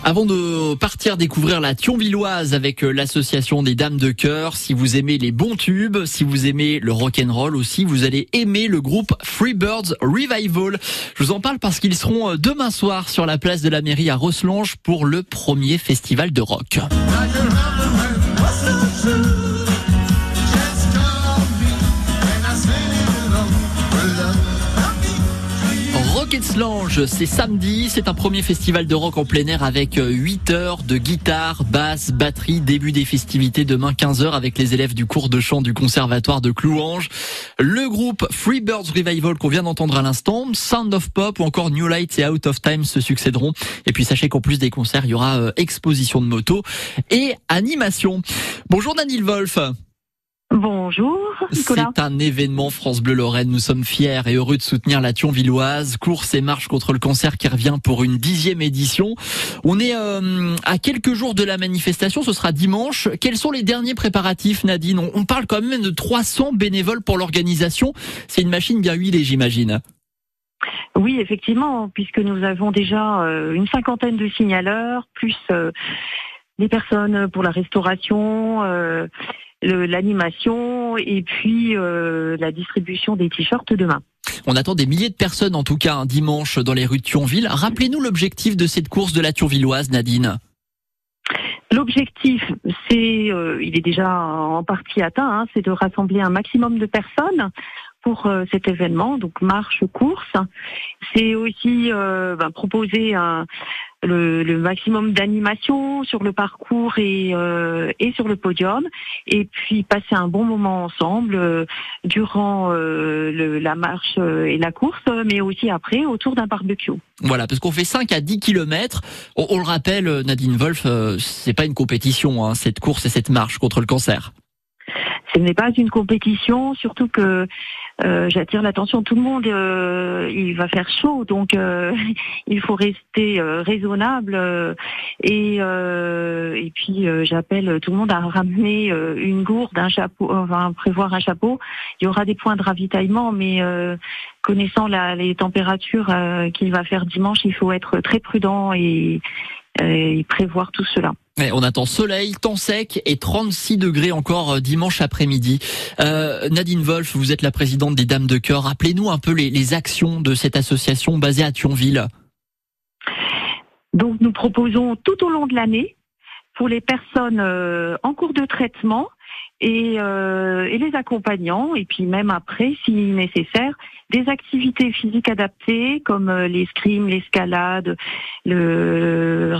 Avant de partir découvrir la Thionvilloise avec l'association des Dames de Cœur, si vous aimez les bons tubes, si vous aimez le rock'n'roll aussi, vous allez aimer le groupe Freebirds Revival. Je vous en parle parce qu'ils seront demain soir sur la place de la mairie à Rosselange pour le premier festival de rock. Rock'n'Slange, c'est samedi, c'est un premier festival de rock en plein air avec 8 heures de guitare, basse, batterie, début des festivités demain 15h avec les élèves du cours de chant du conservatoire de Clouange. Le groupe Freebirds Revival qu'on vient d'entendre à l'instant, Sound of Pop ou encore New Light et Out of Time se succéderont. Et puis sachez qu'en plus des concerts, il y aura exposition de motos et animation. Bonjour Daniel Wolf. Bonjour Nicolas. C'est un événement France Bleu Lorraine. Nous sommes fiers et heureux de soutenir la Thionvilloise. Course et marche contre le cancer qui revient pour une 10e édition. On est à quelques jours de la manifestation. Ce sera dimanche. Quels sont les derniers préparatifs, Nadine? On parle quand même de 300 bénévoles pour l'organisation. C'est une machine bien huilée, j'imagine. Oui, effectivement, puisque nous avons déjà une 50aine de signaleurs, plus des personnes pour la restauration, l'animation et puis la distribution des t-shirts demain. On attend des milliers de personnes en tout cas un dimanche dans les rues de Thionville. Rappelez-nous l'objectif de cette course de la Thionvilloise, Nadine. L'objectif, il est déjà en partie atteint, c'est de rassembler un maximum de personnes pour cet événement, donc marche, course. C'est aussi proposer le maximum d'animation sur le parcours et sur le podium, et puis passer un bon moment ensemble durant la marche et la course, mais aussi après autour d'un barbecue. Voilà, parce qu'on fait 5 à 10 kilomètres. On le rappelle, Nadine Wolf, c'est pas une compétition, cette course et cette marche contre le cancer. Ce n'est pas une compétition, surtout que j'attire l'attention de tout le monde. Il va faire chaud, donc il faut rester raisonnable. Et puis j'appelle tout le monde à ramener une gourde, un chapeau, prévoir un chapeau. Il y aura des points de ravitaillement, mais connaissant les températures qu'il va faire dimanche, il faut être très prudent et prévoir tout cela. On attend soleil, temps sec et 36 degrés encore dimanche après-midi. Nadine Wolf, vous êtes la présidente des Dames de Cœur. Rappelez-nous un peu les actions de cette association basée à Thionville. Donc nous proposons tout au long de l'année, pour les personnes en cours de traitement et les accompagnants, et puis même après, si nécessaire, des activités physiques adaptées comme l'escrime, l'escalade, le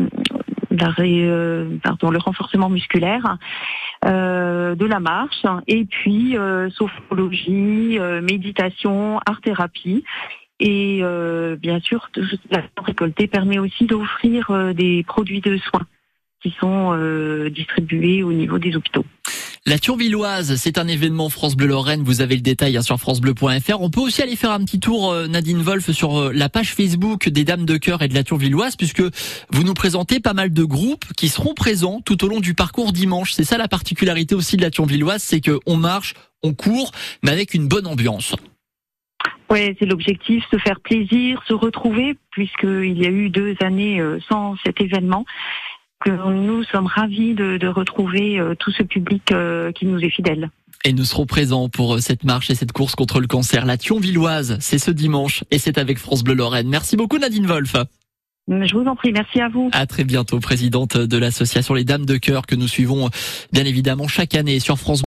renforcement musculaire, de la marche, et puis sophrologie, méditation, art-thérapie. Et bien sûr, la récoltée permet aussi d'offrir des produits de soins qui sont distribués au niveau des hôpitaux. La Thionvilloise, c'est un événement France Bleu Lorraine. Vous avez le détail sur francebleu.fr. On peut aussi aller faire un petit tour, Nadine Wolf, sur la page Facebook des Dames de Cœur et de la Thionvilloise, puisque vous nous présentez pas mal de groupes qui seront présents tout au long du parcours dimanche. C'est ça la particularité aussi de la Thionvilloise, c'est qu'on marche, on court, mais avec une bonne ambiance. Oui, c'est l'objectif, se faire plaisir, se retrouver, puisqu'il y a eu 2 années sans cet événement. Que nous sommes ravis de retrouver tout ce public qui nous est fidèle. Et nous serons présents pour cette marche et cette course contre le cancer. La Thionvilloise, c'est ce dimanche et c'est avec France Bleu Lorraine. Merci beaucoup Nadine Wolf. Je vous en prie, merci à vous. À très bientôt, présidente de l'association Les Dames de Cœur que nous suivons bien évidemment chaque année sur France Bleu.